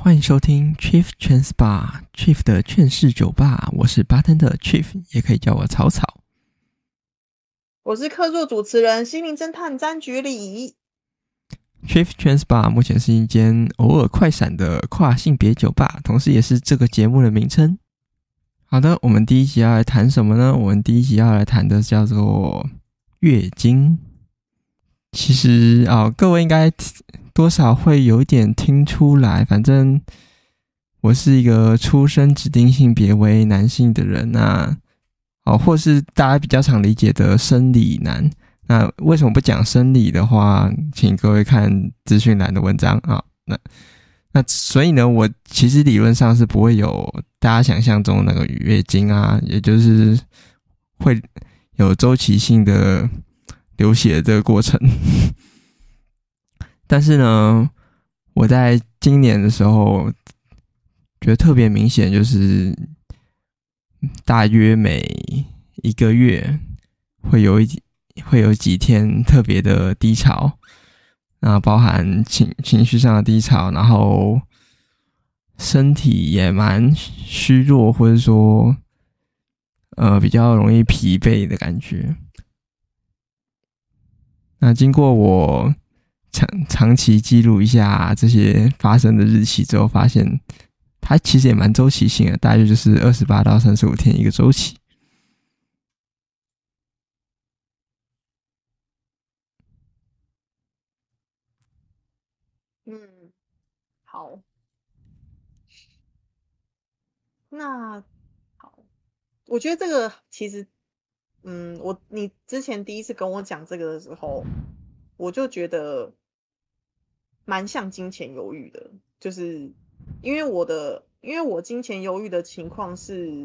欢迎收听 Chief Trans Bar Chief 的劝世酒吧，我是bartender Chief， 也可以叫我草草。 我是客座主持人心灵侦探詹菊里。 Chief Trans Bar 目前是一间偶尔快闪的跨性别酒吧，同时也是这个节目的名称。好的，我们第一集要来谈什么呢？我们第一集要来谈的叫做月经。其实各位应该多少会有一点听出来，反正我是一个出生指定性别为男性的人或是大家比较常理解的生理男。那为什么不讲生理的话，请各位看资讯栏的文章啊。那所以呢，我其实理论上是不会有大家想象中那个月经也就是会有周期性的流血的这个过程。但是呢，我在今年的时候觉得特别明显，就是大约每一个月会有几天特别的低潮，那包含情绪上的低潮，然后身体也蛮虚弱，或者说比较容易疲惫的感觉。那经过我长期记录一下这些发生的日期之后，发现它其实也蛮周期性的，大约就是28到35天一个周期。 好，那好，我觉得这个其实，你之前第一次跟我讲这个的时候，我就觉得蛮像金钱忧郁的，就是因为我金钱忧郁的情况是，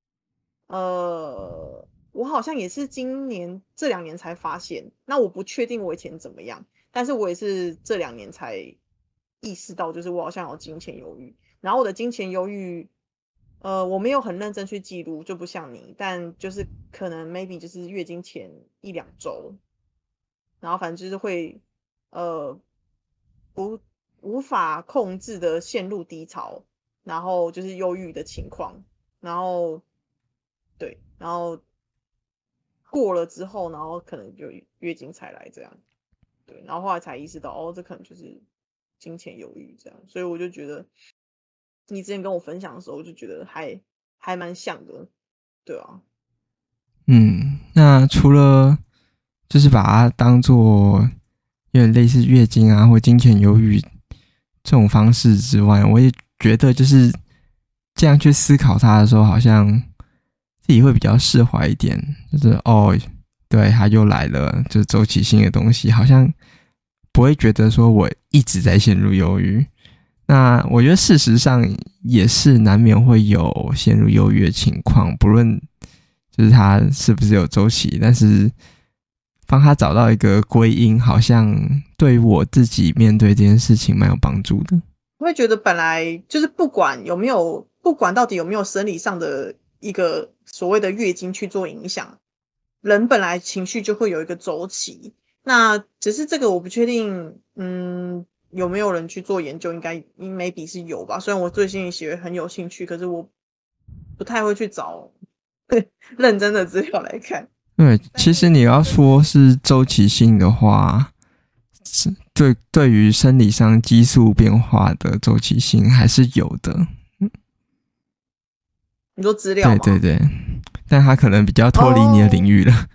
我好像也是这2年才发现，那我不确定我以前怎么样，但是我也是这2年才意识到，就是我好像有金钱忧郁。然后我的金钱忧郁，我没有很认真去记录，就不像你，但就是可能 maybe 就是月经前1-2周，然后反正就是会无法控制的陷入低潮，然后就是忧郁的情况，然后对，然后过了之后，然后可能就月经才来这样，对，然后后来才意识到，这可能就是金钱忧郁这样，所以我就觉得你之前跟我分享的时候，我就觉得还蛮像的，对啊。 那除了就是把它当作有点类似月经或金钱忧郁这种方式之外，我也觉得就是这样去思考它的时候，好像自己会比较释怀一点，就是对，它又来了，就是周期性的东西，好像不会觉得说我一直在陷入忧郁。那我觉得事实上也是难免会有陷入忧郁的情况，不论就是它是不是有周期，但是帮他找到一个归因，好像对于我自己面对这件事情蛮有帮助的。 我会觉得本来就是不管到底有没有生理上的一个所谓的月经去做影响，人本来情绪就会有一个周期，那只是这个我不确定，有没有人去做研究，应该 maybe 是有吧，虽然我对心理学很有兴趣，可是我不太会去找认真的资料来看。 对，其实你要说是周期性的话，对于生理上激素变化的周期性还是有的。 你说资料吗？ 对对对，但它可能比较脱离你的领域了。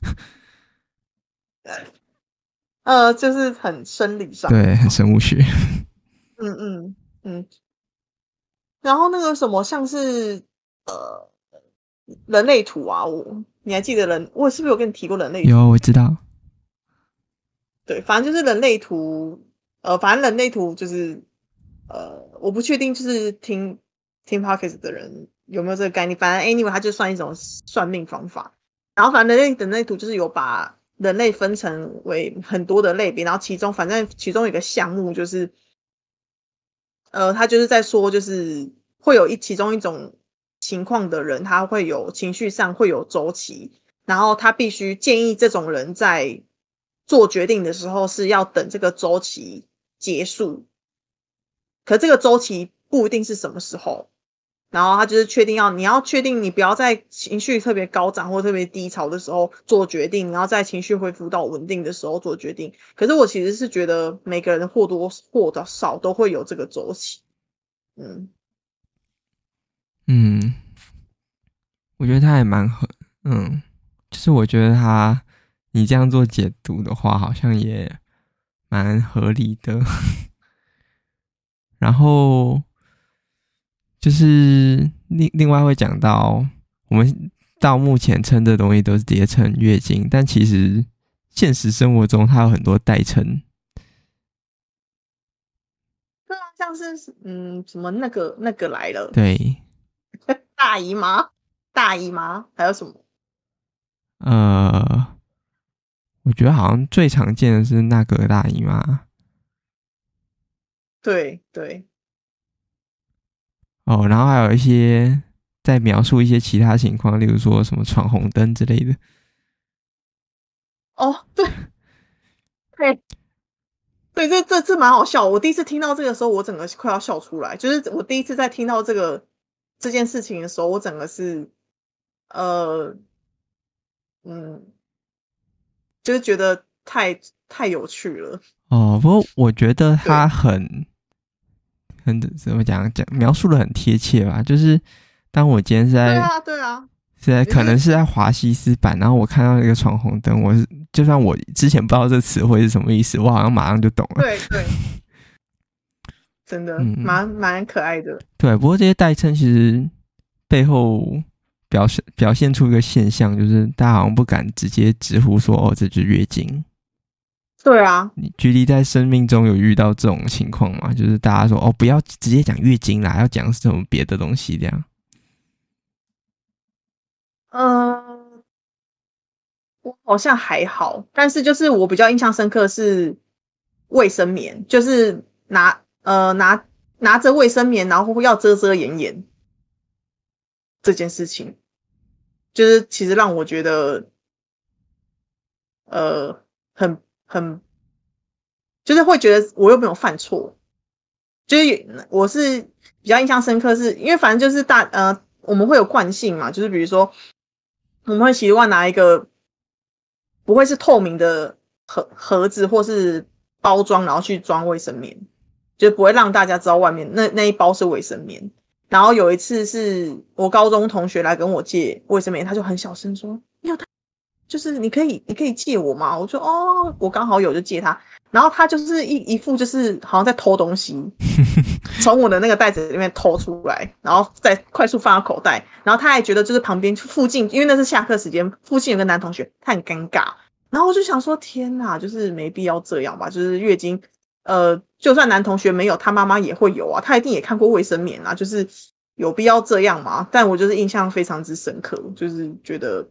就是很生理上， 对，很生物学。 然后那个什么，像是人类图啊，你还记得我是不是有跟你提过人类图？ 有，我知道。 对，反正就是人类图，反正人类图就是我不确定就是听 podcast 的人有没有这个概念，反正 anyway 它就算一种算命方法。然后反正人类图就是有把人类分成为很多的类别，然后其中有一个项目就是他就是在说，就是会有其中一种情况的人，他会有情绪上会有周期，然后他必须建议这种人在做决定的时候是要等这个周期结束，可这个周期不一定是什么时候。然后他就是你要确定你不要在情绪特别高涨或特别低潮的时候做决定，你要在情绪恢复到稳定的时候做决定。可是我其实是觉得每个人或多或少都会有这个周期。 我觉得他也蛮就是我觉得你这样做解读的话，好像也蛮合理的。然后就是另外会讲到，我们到目前称的东西都是直接称月经，但其实现实生活中它有很多代称。 对啊，像是什么那个来了， 对， 大姨妈，还有什么？ 我觉得好像最常见的是那个大姨妈。 对。 然后还有一些在描述一些其他情况，例如说什么闯红灯之类的。 哦，对，这蛮好笑。我第一次听到这个时候，我整个快要笑出来。就是我第一次在听到这件事情的时候，我整个是就是觉得太有趣了。 不过我觉得他很怎么讲描述的很贴切吧。就是当我今天是在对啊， 可能是在华西斯版，然后我看到那个闯红灯，就算我之前不知道这词汇是什么意思，我好像马上就懂了。 对，真的蛮可爱的。 对，不过这些代称其实背后表现出一个现象，就是大家好像不敢直接直呼说这就是月经。 对啊， 你举例在生命中有遇到这种情况吗？就是大家说不要直接讲月经啦，要讲什么别的东西这样。 我好像还好，但是就是我比较印象深刻是卫生棉，就是拿着卫生棉，然后要遮遮掩掩这件事情，就是其实让我觉得很就是会觉得我又没有犯错。就是我是比较印象深刻是因为反正就是我们会有惯性嘛，就是比如说我们会习惯拿一个不会是透明的盒子或是包装，然后去装卫生棉，就不会让大家知道外面那一包是卫生棉。然后有一次是我高中同学来跟我借卫生棉，他就很小声说：“就是你可以借我吗？”我说：“哦，我刚好有就借他。”然后他就是一副就是好像在偷东西，从我的那个袋子里面偷出来，然后再快速放到口袋。然后他还觉得就是旁边附近，因为那是下课时间，附近有个男同学，他很尴尬。然后我就想说，天哪，就是没必要这样吧？就是月经，就算男同学没有，他妈妈也会有啊，他一定也看过卫生棉啊，就是有必要这样吗？但我就是印象非常之深刻，就是觉得，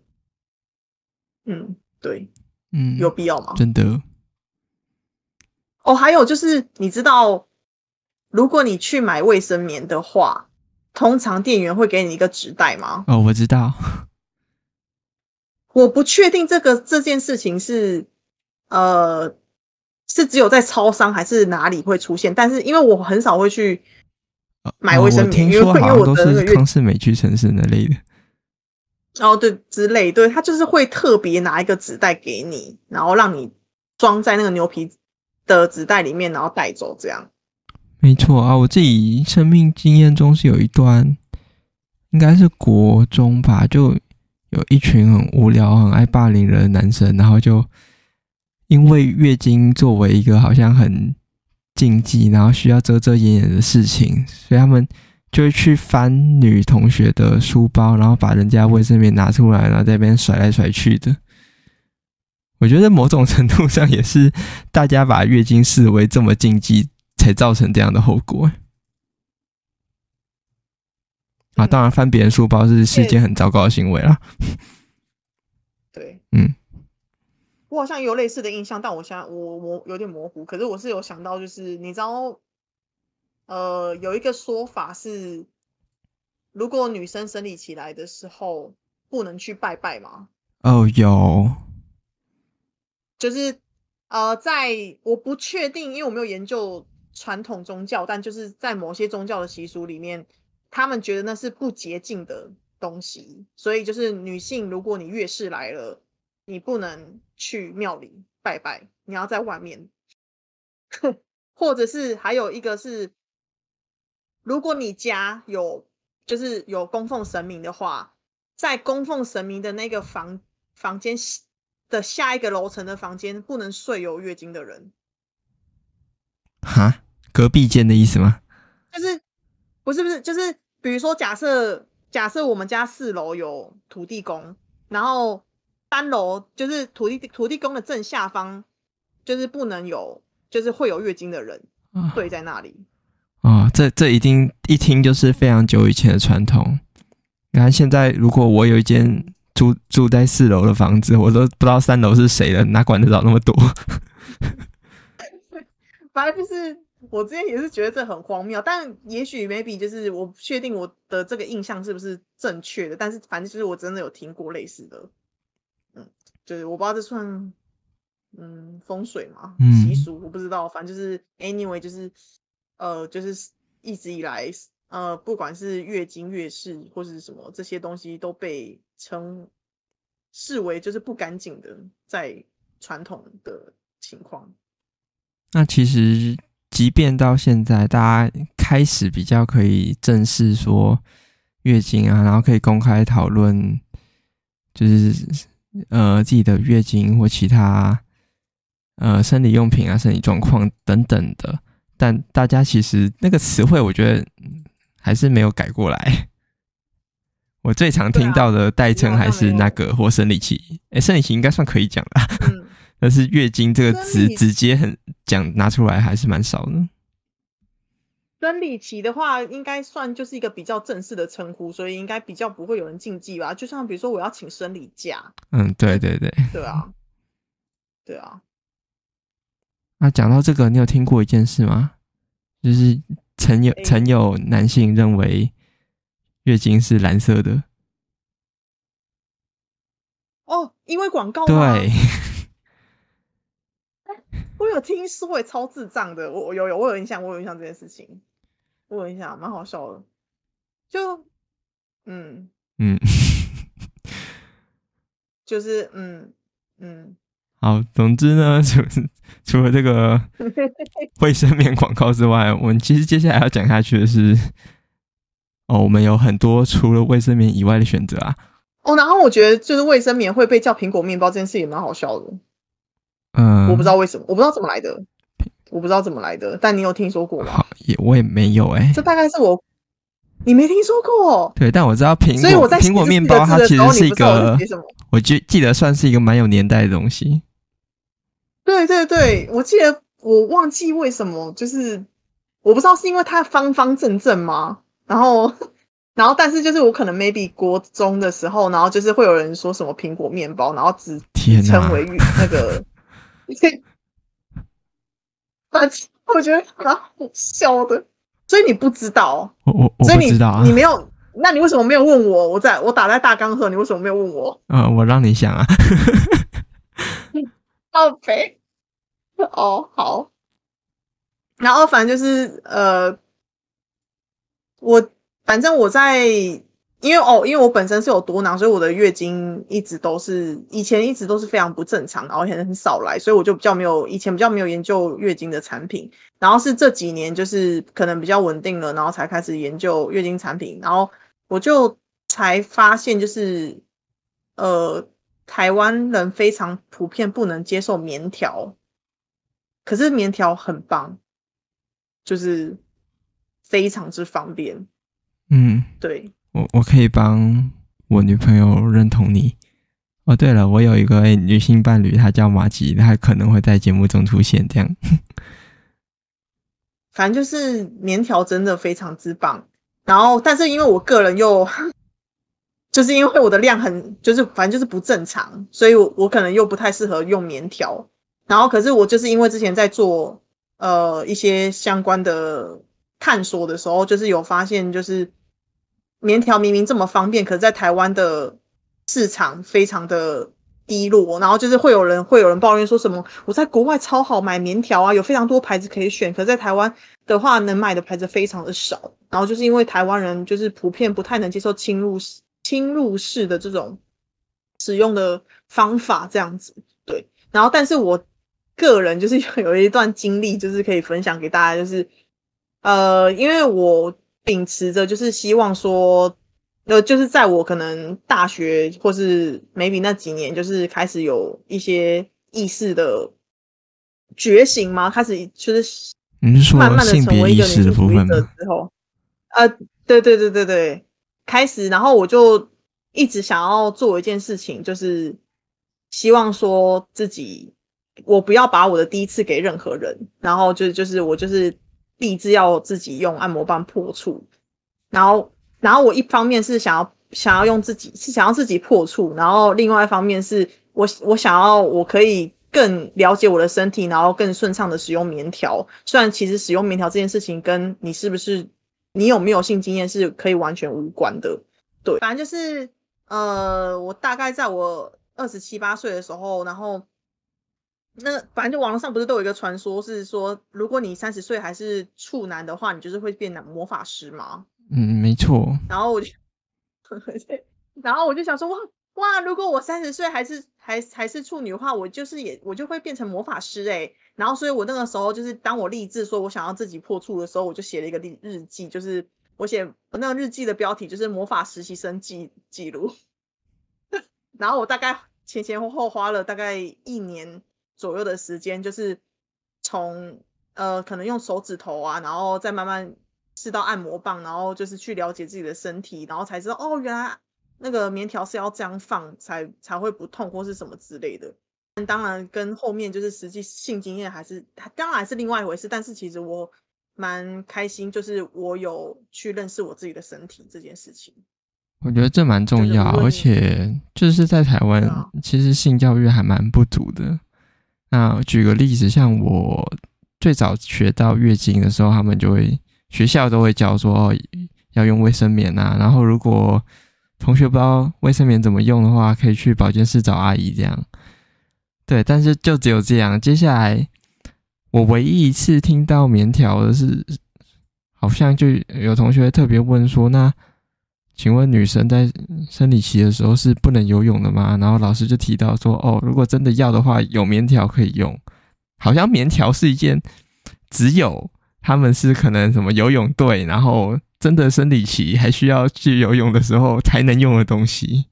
对，有必要吗？ 真的。 哦，还有就是你知道，如果你去买卫生棉的话，通常店员会给你一个纸袋吗？ 我知道。 我不确定这件事情是只有在超商还是哪里会出现，但是因为我很少会去买卫生棉， 我听说好像都是康士美屈臣氏那类的。 对，之类，对，他就是会特别拿一个纸袋给你，然后让你装在那个牛皮的纸袋里面，然后带走这样。 没错啊，我自己生命经验中是有一段，应该是国中吧，就有一群很无聊、很爱霸凌人的男生，然后就因为月经作为一个好像很禁忌，然后需要遮遮掩掩的事情，所以他们就会去翻女同学的书包，然后把人家卫生棉拿出来，然后在那边甩来甩去的。我觉得某种程度上也是大家把月经视为这么禁忌，才造成这样的后果。当然翻别人书包是件很糟糕的行为啦。 对，我好像有类似的印象，但我有点模糊。可是我是有想到，就是你知道，有一个说法是，如果女生生理期来的时候不能去拜拜吗？ 有。 就是我不确定，因为我没有研究传统宗教，但就是在某些宗教的习俗里面，他们觉得那是不洁净的东西，所以就是女性，如果你月事来了，你不能去庙里拜拜，你要在外面。或者是还有一个是，如果你家就是有供奉神明的话，在供奉神明的那个房间的下一个楼层的房间不能睡有月经的人。 哈，隔壁间的意思吗？ 就是不是，就是比如说假设我们家4楼有土地公，然后3楼就是土地公的正下方，就是不能有就是会有月经的人对在那里。 哦，这一定一听就是非常久以前的传统。你看现在，如果我有一间住在4楼的房子，我都不知道3楼是谁了，哪管得着那么多？ 反正就是我之前也是觉得这很荒谬，但也许 maybe 就是我不确定我的这个印象是不是正确的，但是反正就是我真的有听过类似的，就是我不知道这算风水嘛习俗，我不知道，反正就是 anyway 就是就是一直以来不管是月经月事或是什么这些东西都被视为就是不干净的，在传统的情况。 那其实即便到现在，大家开始比较可以正视说月经啊，然后可以公开讨论，就是自己的月经或其他生理用品啊、生理状况等等的，但大家其实那个词汇，我觉得还是没有改过来。我最常听到的代称还是那个或生理期，生理期应该算可以讲啦。但是月经这个词直接拿出来还是蛮少的。 生理期的话，应该算就是一个比较正式的称呼，所以应该比较不会有人禁忌吧。就像比如说我要请生理假， 对对对， 对啊，对啊。 那讲到这个，你有听过一件事吗？就是曾有男性认为月经是蓝色的。 哦，因为广告吗？ 对。 我有听说也超智障的，我有印象，这件事情，我有印象，蛮好笑的。就就是好，总之呢，除了这个卫生棉广告之外，我们其实接下来要讲下去的是，我们有很多除了卫生棉以外的选择啊。 然后我觉得就是卫生棉会被叫苹果面包这件事也蛮好笑的。我不知道为什么，我不知道怎么来的，但你有听说过吗？ 好，我也没有这大概是你没听说过？ 对，但我知道苹果面包它其实是一个，我记得算是一个蛮有年代的东西。 对对对，我记得我忘记为什么，就是我不知道是因为它方方正正吗？然后但是就是我可能 maybe 国中的时候，然后就是会有人说什么苹果面包，然后只称为那个。我觉得蛮好笑的，所以你不知道， 我不知道啊， 你没有，那你为什么没有问我？我打在大纲的时候，你为什么没有问我？ 我让你想啊。 OK， 好，然后反正就是反正我在。因为我本身是有多囊，所以我的月经以前一直都是非常不正常，然后很少来，所以我就以前比较没有研究月经的产品，然后是这几年就是可能比较稳定了，然后才开始研究月经产品，然后我就才发现就是台湾人非常普遍不能接受棉条，可是棉条很棒，就是非常之方便。对。 我可以帮我女朋友认同你。对了，我有一个女性伴侣，她叫马吉，她可能会在节目中出现这样。 反正就是棉条真的非常之棒，然后但是因为我个人又就是因为我的量就是反正就是不正常，所以我可能又不太适合用棉条。然后可是我就是因为之前在做一些相关的探索的时候，就是有发现就是棉条明明这么方便，可是在台湾的市场非常的低落，然后就是会有人抱怨说什么我在国外超好买棉条啊，有非常多牌子可以选，可是在台湾的话能买的牌子非常的少，然后就是因为台湾人就是普遍不太能接受侵入式的这种使用的方法这样子，对，然后但是我个人就是有一段经历就是可以分享给大家，就是因为我秉持着就是希望说就是在我可能大学或是 maybe 那几年，就是开始有一些意识的觉醒嘛，开始就是你是说慢慢的成为一个女性主义者性别意识的部分吗？ 之后，对对对对对，开始，然后我就一直想要做一件事情，就是希望说自己，我不要把我的第一次给任何人，然后就是我就是立志要自己用按摩棒破处，然后我一方面是想要用自己是想要自己破处，然后另外一方面是我想要我可以更了解我的身体，然后更顺畅的使用棉条。虽然其实使用棉条这件事情跟你是不是你有没有性经验是可以完全无关的。对，反正就是我大概在我27、8岁的时候，然后那反正就网络上不是都有一个传说是说，如果你30岁还是处男的话，你就是会变魔法师吗？ 没错。 然后我就然后我就想说，哇，如果我30岁还是处女的话，我就会变成魔法师欸。然后所以我那个时候就是当我立志说我想要自己破处的时候，我就写了一个日记，就是我那个日记的标题就是魔法实习生记录。然后我大概前后后花了大概1年左右的时间，就是从可能用手指头啊，然后再慢慢试到按摩棒，然后就是去了解自己的身体，然后才知道哦，原来那个棉条是要这样放才会不痛或是什么之类的。当然跟后面就是实际性经验当然还是另外一回事，但是其实我蛮开心，就是我有去认识我自己的身体这件事情。 我觉得这蛮重要，而且就是在台湾，其实性教育还蛮不足的。那举个例子，像我最早学到月经的时候，他们学校都会教说要用卫生棉啊，然后如果同学不知道卫生棉怎么用的话，可以去保健室找阿姨这样。对，但是就只有这样。接下来我唯一一次听到棉条的是，好像就有同学特别问说，那请问女生在生理期的时候是不能游泳的吗？然后老师就提到说，如果真的要的话，有棉条可以用。好像棉条是一件只有他们是可能什么游泳队，然后真的生理期还需要去游泳的时候才能用的东西。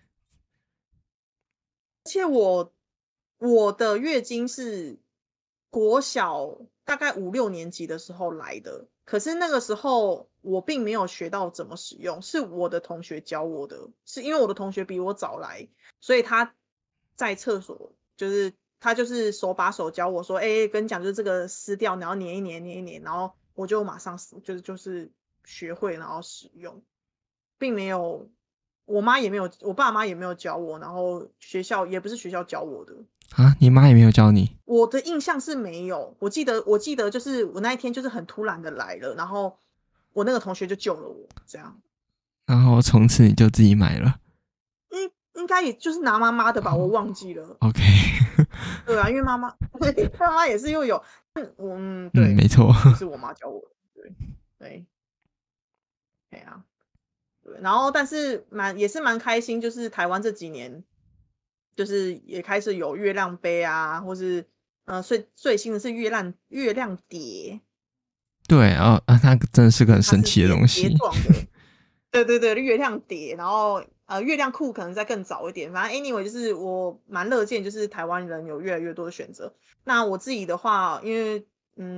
而且我的月经是国小大概5、6年级的时候来的，可是那个时候我并没有学到怎么使用，是我的同学教我的，是因为我的同学比我早来，所以他在厕所就是他就是手把手教我说，跟你讲就是这个撕掉，然后粘一粘粘一粘，然后我就马上就是学会，然后使用，并没有我妈也没有，我爸妈也没有教我，然后学校也不是学校教我的啊。你妈也没有教你？ 我的印象是没有，我记得就是我那一天就是很突然的来了，然后我那个同学就救了我，这样。 然后从此你就自己买了？ 应该也就是拿妈妈的吧，我忘记了。 OK 对啊，因为妈妈也是又有，对， 没错， 是我妈教我的，对，对啊，对，然后但是也是蛮开心，就是台湾这几年，就是也开始有月亮杯啊，或是最新的是月亮碟。 对那个真的是个很神奇的东西。 碟状的，对对对，月亮碟，然后月亮裤可能再更早一点，反正 anyway 就是我蛮乐见，就是台湾人有越来越多的选择。那我自己的话，因为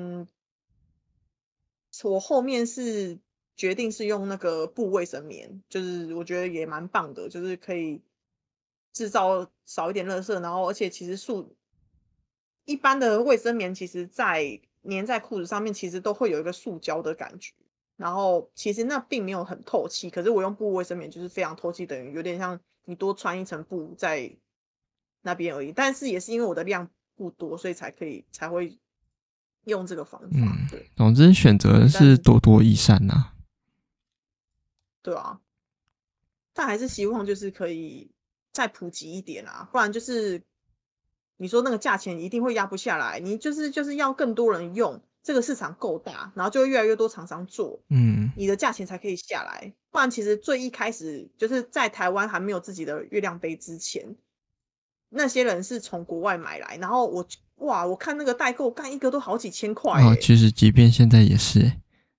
我后面是决定是用那个布卫生棉，就是我觉得也蛮棒的，就是可以制造少一点垃圾，然后而且其实一般的卫生棉其实粘在裤子上面，其实都会有一个塑胶的感觉。然后其实那并没有很透气，可是我用布卫生棉就是非常透气，等于有点像你多穿一层布在那边而已。但是也是因为我的量不多，所以才会用这个方法。对， 总之选择是多多益善啊。 对啊，但还是希望就是可以再普及一点啊，不然就是你说那个价钱一定会压不下来，你就是要更多人用，这个市场够大，然后就会越来越多厂商做，你的价钱才可以下来。不然其实最一开始就是在台湾还没有自己的月亮杯之前，那些人是从国外买来，然后我看那个代购干一个都好几千块哦，其实即便现在也是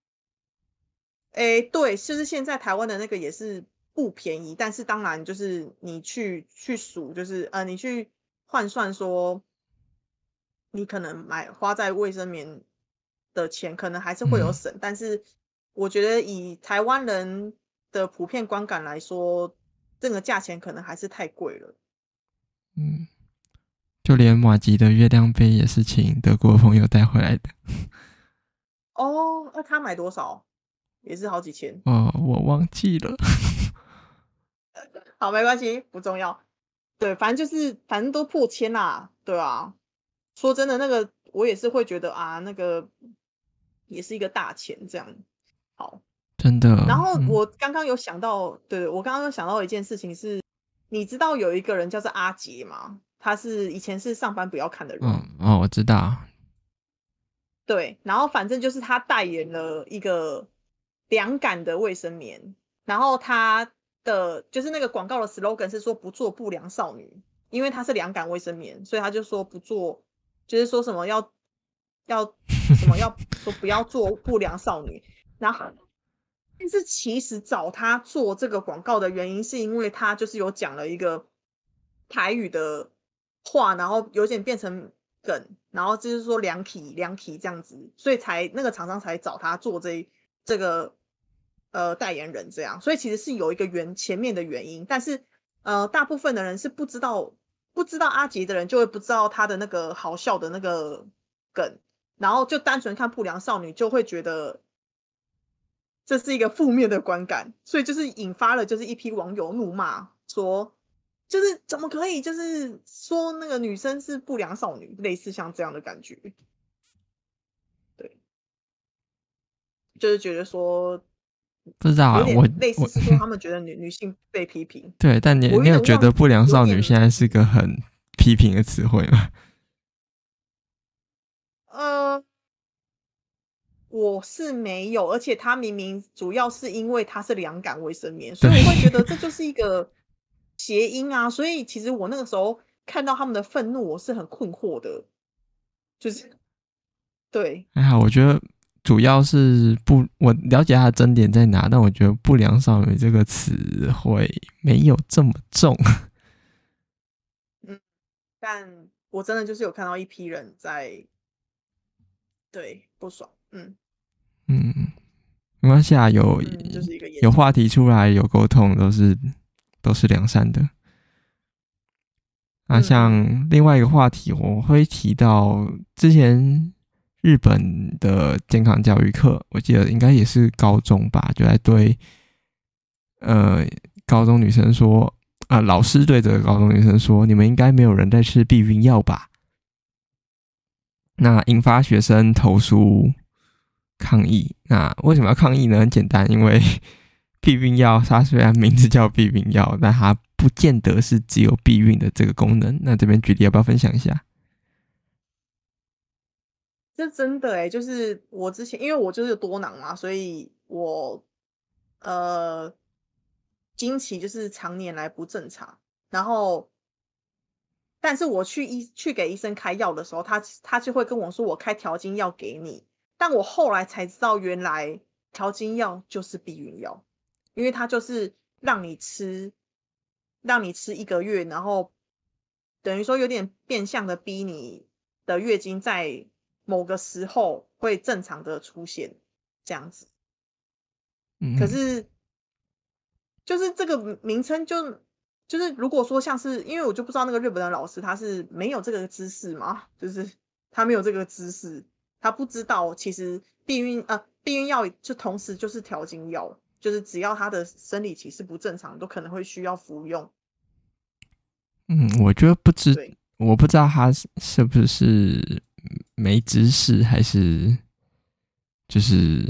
对，就是现在台湾的那个也是不便宜，但是当然就是你去数，就是你去换算说，你可能花在卫生棉的钱可能还是会有省，但是我觉得以台湾人的普遍观感来说，这个价钱可能还是太贵了。 就连马吉的月亮杯也是请德国朋友带回来的。 哦，那他买多少？也是好几千。 哦，我忘记了。 好，没关系，不重要。对，反正都破千啦，对啊。说真的，那个我也是会觉得啊，那个也是一个大钱这样。好， 真的。 然后我刚刚有想到，对，我刚刚有想到一件事情是，你知道有一个人叫做阿杰吗？他以前是上班不要看的人。 哦，我知道。 对，然后反正就是他代言了一个凉感的卫生棉，然后他的就是那个广告的 slogan 是说不做不良少女，因为它是凉感卫生棉，所以他就说不做，就是说什么要什么要说不要做不良少女。然后但是其实找他做这个广告的原因是因为他就是有讲了一个台语的话，然后有点变成梗，然后就是说凉体这样子，所以那个厂商才找他做这个代言人这样，所以其实是有一个前面的原因，但是大部分的人是不知道阿杰的人就会不知道他的那个好笑的那个梗，然后就单纯看不良少女就会觉得这是一个负面的观感，所以就是引发了就是一批网友怒骂说，就是怎么可以就是说那个女生是不良少女，类似像这样的感觉。对，就是觉得说不知道啊， 有点类似是说他们觉得女性被批评。 对，但你有觉得不良少女现在是个很批评的词汇吗？ 我是没有，而且他明明主要是因为它是凉感卫生棉，所以我会觉得这就是一个谐音啊。所以其实我那个时候看到他们的愤怒，我是很困惑的，就是对。 还好，我觉得主要是我了解它的争点在哪，但我觉得不良少女这个词汇没有这么重。 但我真的就是有看到一批人在不爽。 没关系啊，有话题出来，有沟通，都是良善的。那像另外一个话题，我会提到之前日本的健康教育课，我记得应该也是高中吧，就在对高中女生说老师对这个高中女生说，你们应该没有人在吃避孕药吧？那引发学生投诉抗议。那为什么要抗议呢？很简单，因为避孕药它虽然名字叫避孕药，但它不见得是只有避孕的这个功能。那这边举例要不要分享一下？ 这真的就是我之前因为我就是多囊嘛，所以我经期就是常年来不正常，然后但是我去给医生开药的时候，他就会跟我说我开调经药给你，但我后来才知道原来调经药就是避孕药，因为它就是让你吃1个月，然后等于说有点变相的逼你的月经在某个时候会正常的出现这样子。可是就是这个名称就是如果说像是，因为我就不知道那个日本的老师他是没有这个知识嘛，就是他没有这个知识，他不知道其实避孕药就同时就是调经药，就是只要他的生理期是不正常，都可能会需要服用。 我觉得我不知道他是不是没知识，还是就是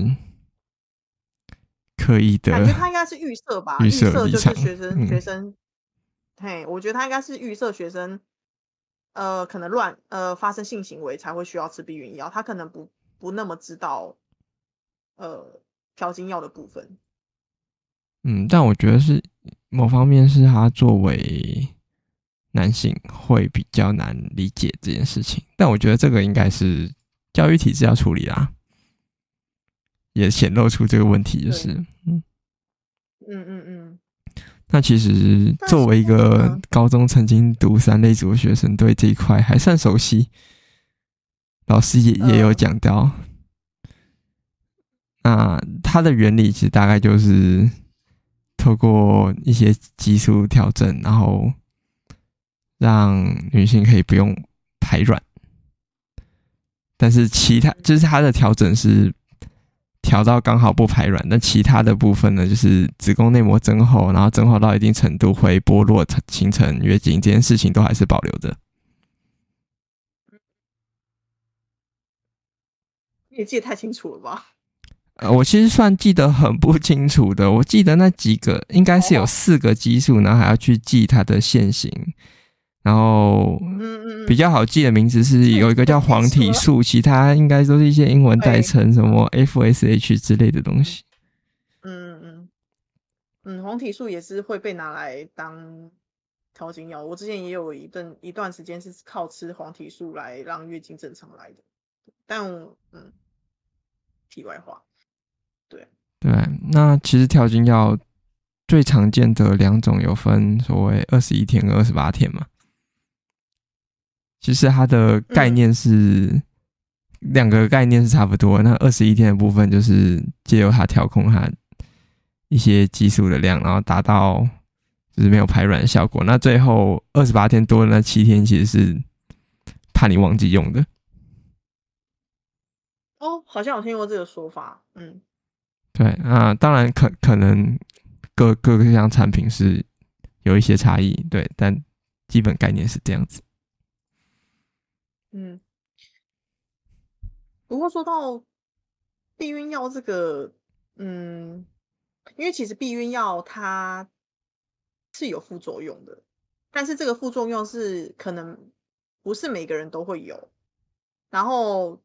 刻意的。 感觉他应该是预设吧，预设就是学生嘿，我觉得他应该是预设学生，可能发生性行为才会需要吃避孕药，他可能不那么知道，调经药的部分。 但我觉得是某方面是他作为男性会比较难理解这件事情，但我觉得这个应该是教育体制要处理啦，也显露出这个问题，就是那其实作为一个高中曾经读3类组的学生，对这一块还算熟悉，老师也有讲到。那它的原理其实大概就是透过一些激素调整，然后让女性可以不用排卵，但是其他就是它的调整是调到刚好不排卵，但其他的部分呢，就是子宫内膜增厚，然后增厚到一定程度会剥落形成月经，这件事情都还是保留着。 你也记得太清楚了吧？ 我其实算记得很不清楚的，我记得那几个应该是有4个激素，然后还要去记它的现形，然后比较好记的名字是有一个叫黄体素，其他应该都是一些英文代称，什么 FSH 之类的东西。 黄体素也是会被拿来当调经药，我之前也有一段时间是靠吃黄体素来让月经正常来的，但题外话。对， 那其实调经药最常见的2种有分所谓21天跟28天嘛。其实它的概念是2个概念是差不多。那21天的部分就是借由它调控它一些激素的量，然后达到就是没有排卵的效果。那最后28天多的那7天其实是怕你忘记用的。 好像有听过这个说法。 对，当然可能各个项产品是有一些差异，对，但基本概念是这样子。 不过说到避孕药这个，因为其实避孕药它是有副作用的，但是这个副作用是可能不是每个人都会有。然后，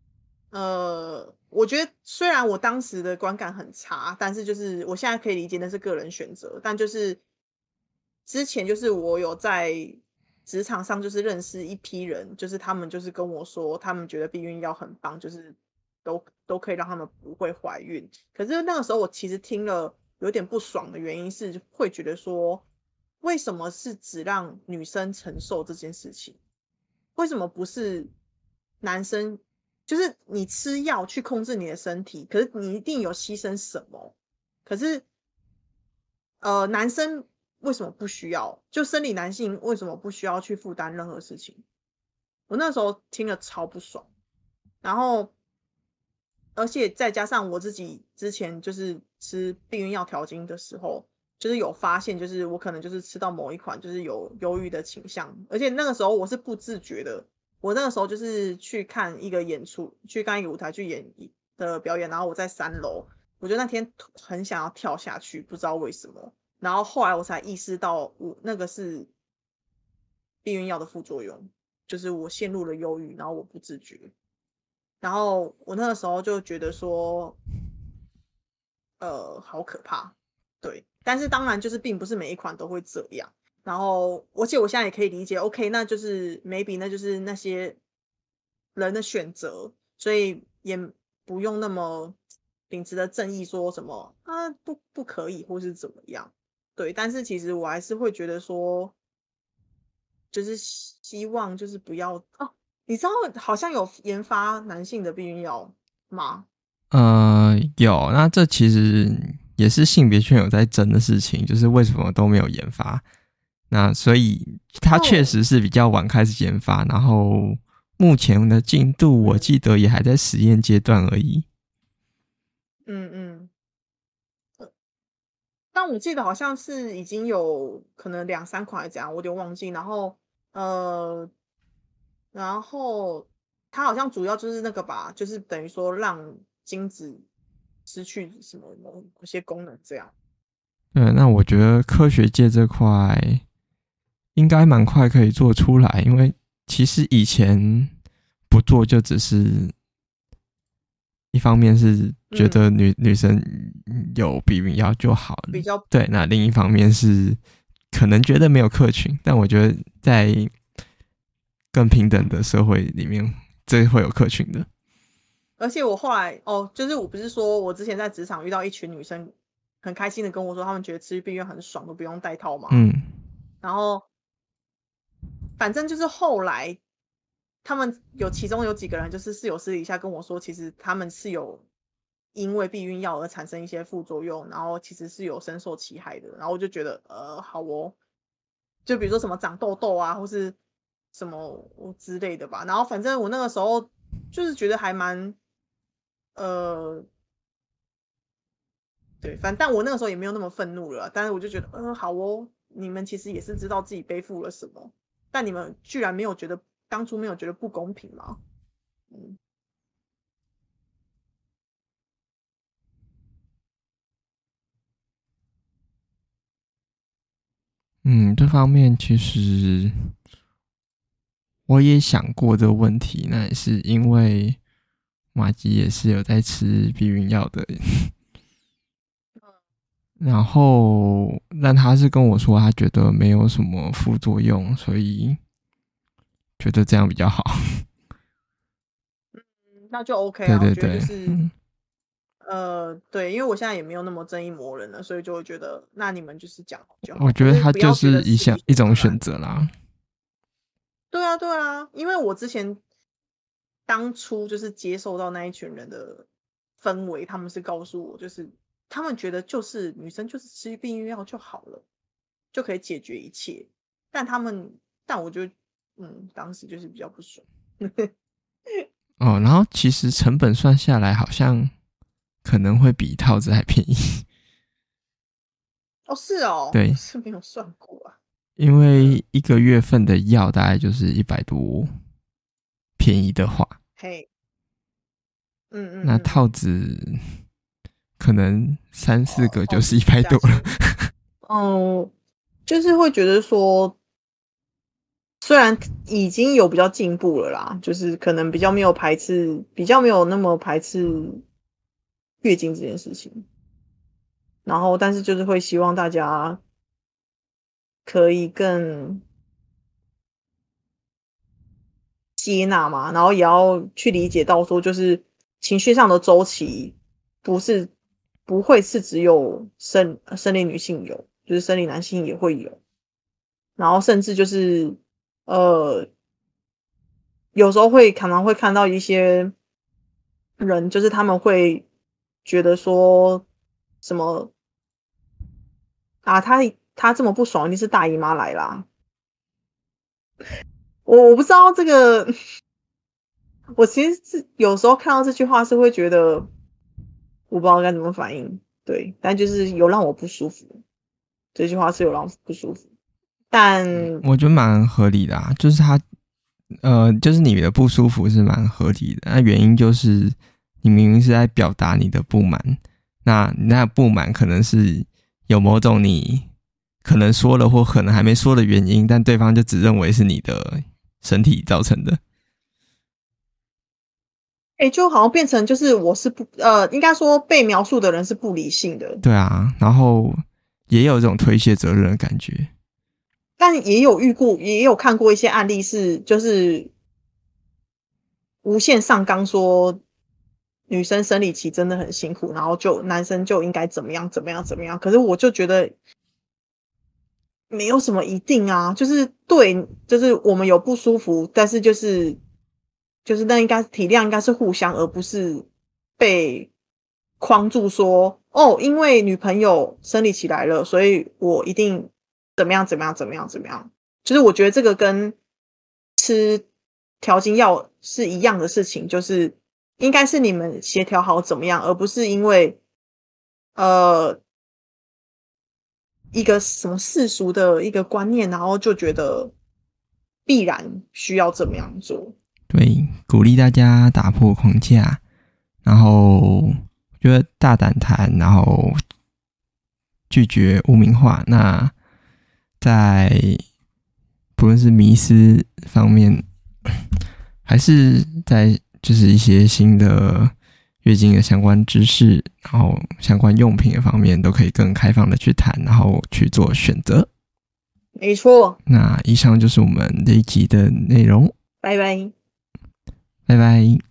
我觉得虽然我当时的观感很差，但是就是我现在可以理解那是个人选择。但就是之前就是我有在职场上就是认识一批人，就是他们就是跟我说，他们觉得避孕药很棒，就是都可以让他们不会怀孕。可是那个时候我其实听了有点不爽的原因是，会觉得说，为什么是只让女生承受这件事情？为什么不是男生？就是你吃药去控制你的身体，可是你一定有牺牲什么？可是，男生为什么不需要？就生理男性为什么不需要去负担任何事情？我那时候听了超不爽，然后，而且再加上我自己之前就是吃避孕药调经的时候，就是有发现，就是我可能就是吃到某一款就是有忧郁的倾向，而且那个时候我是不自觉的。我那个时候就是去看一个演出，去看一个舞台去演的表演，然后我在3楼，我觉得那天很想要跳下去，不知道为什么。然后后来我才意识到，我那个是避孕药的副作用，就是我陷入了忧郁，然后我不自觉。然后我那个时候就觉得说，好可怕。对，但是当然就是并不是每一款都会这样。然后，而且我现在也可以理解 ，OK， 那就是 maybe 那就是那些人的选择，所以也不用那么秉持的正义说什么不可以或是怎么样。对，但是其实我还是会觉得说，就是希望就是不要你知道好像有研发男性的避孕药吗？ 有，那这其实也是性别圈有在争的事情，就是为什么都没有研发。那所以它确实是比较晚开始研发，然后目前的进度我记得也还在实验阶段而已。 但我记得好像是已经有可能2-3款还是怎样，我有点忘记。然后它好像主要就是那个吧，就是等于说让精子失去什么某些功能这样。 对，那我觉得科学界这块应该蛮快可以做出来，因为其实以前不做就只是一方面是觉得女生有避孕药就好了， 比较对，那另一方面是可能觉得没有客群，但我觉得在更平等的社会里面，这会有客群的。 而且我后来就是我不是说我之前在职场遇到一群女生，很开心的跟我说，她们觉得吃避孕很爽，都不用戴套嘛。然后反正就是后来他们其中有几个人就是有私底下跟我说，其实他们是有因为避孕药而产生一些副作用，然后其实是有深受其害的。然后我就觉得好哦，就比如说什么长痘痘啊，或是什么之类的吧。然后反正我那个时候就是觉得还蛮对，但我那个时候也没有那么愤怒了，但是我就觉得好哦，你们其实也是知道自己背负了什么，但你们居然当初没有觉得不公平吗？ 这方面其实我也想过这个问题，那也是因为马吉也是有在吃避孕药的，然后但他是跟我说他觉得没有什么副作用，所以觉得这样比较好。 那就 OK 啊， 对对对， 我觉得就是对，因为我现在也没有那么正义魔人了，所以就会觉得那你们就是讲就好。 我觉得它就不要觉得是一种选择啦。 对啊，对啊，因为我之前当初就是接受到那一群人的氛围，他们是告诉我，就是他们觉得就是女生就是吃避孕药就好了，就可以解决一切。但我就当时就是比较不爽。 然后其实成本算下来，好像可能会比套子还便宜。 是哦， 对， 我是没有算过啊。 因为一个月份的药大概就是100多，便宜的话， 嘿， 那套子可能3-4个就是100多了。 就是会觉得说，虽然已经有比较进步了啦，就是可能比较没有那么排斥月经这件事情，然后但是就是会希望大家可以更接纳嘛，然后也要去理解到说，就是情绪上的周期不会是只有生理女性有，就是生理男性也会有，然后甚至就是有时候常常会看到一些人，就是他们会觉得说什么啊，他这么不爽，一定是大姨妈来啦。我不知道这个，我其实是有时候看到这句话是会觉得我不知道该怎么反应，对，但就是有让我不舒服。这句话是有让我不舒服，但我觉得蛮合理的啊，就是就是你的不舒服是蛮合理的，那原因就是你明明是在表达你的不满，那你那不满可能是有某种你可能说了或可能还没说的原因，但对方就只认为是你的身体造成的。 就好像变成就是我是应该说被描述的人是不理性的。 对啊，然后也有这种推卸责任的感觉。 但也有看过一些案例是就是无限上纲说女生生理期真的很辛苦，然后男生就应该怎么样怎么样怎么样。可是我就觉得没有什么一定啊，就是对，就是我们有不舒服，但是就是那应该体谅应该是互相，而不是被框住说因为女朋友生理期来了，所以我一定怎么样怎么样怎么样怎么样。就是我觉得这个跟吃调经药是一样的事情，就是应该是你们协调好怎么样，而不是因为一个什么世俗的一个观念，然后就觉得必然需要这么样做。 对，鼓励大家打破框架，然后觉得大胆谈，然后拒绝污名化。那在不论是迷思方面，还是在就是一些新的月经的相关知识，然后相关用品的方面，都可以更开放的去谈，然后去做选择。 没错。 那以上就是我们这一集的内容。 拜拜。 拜拜。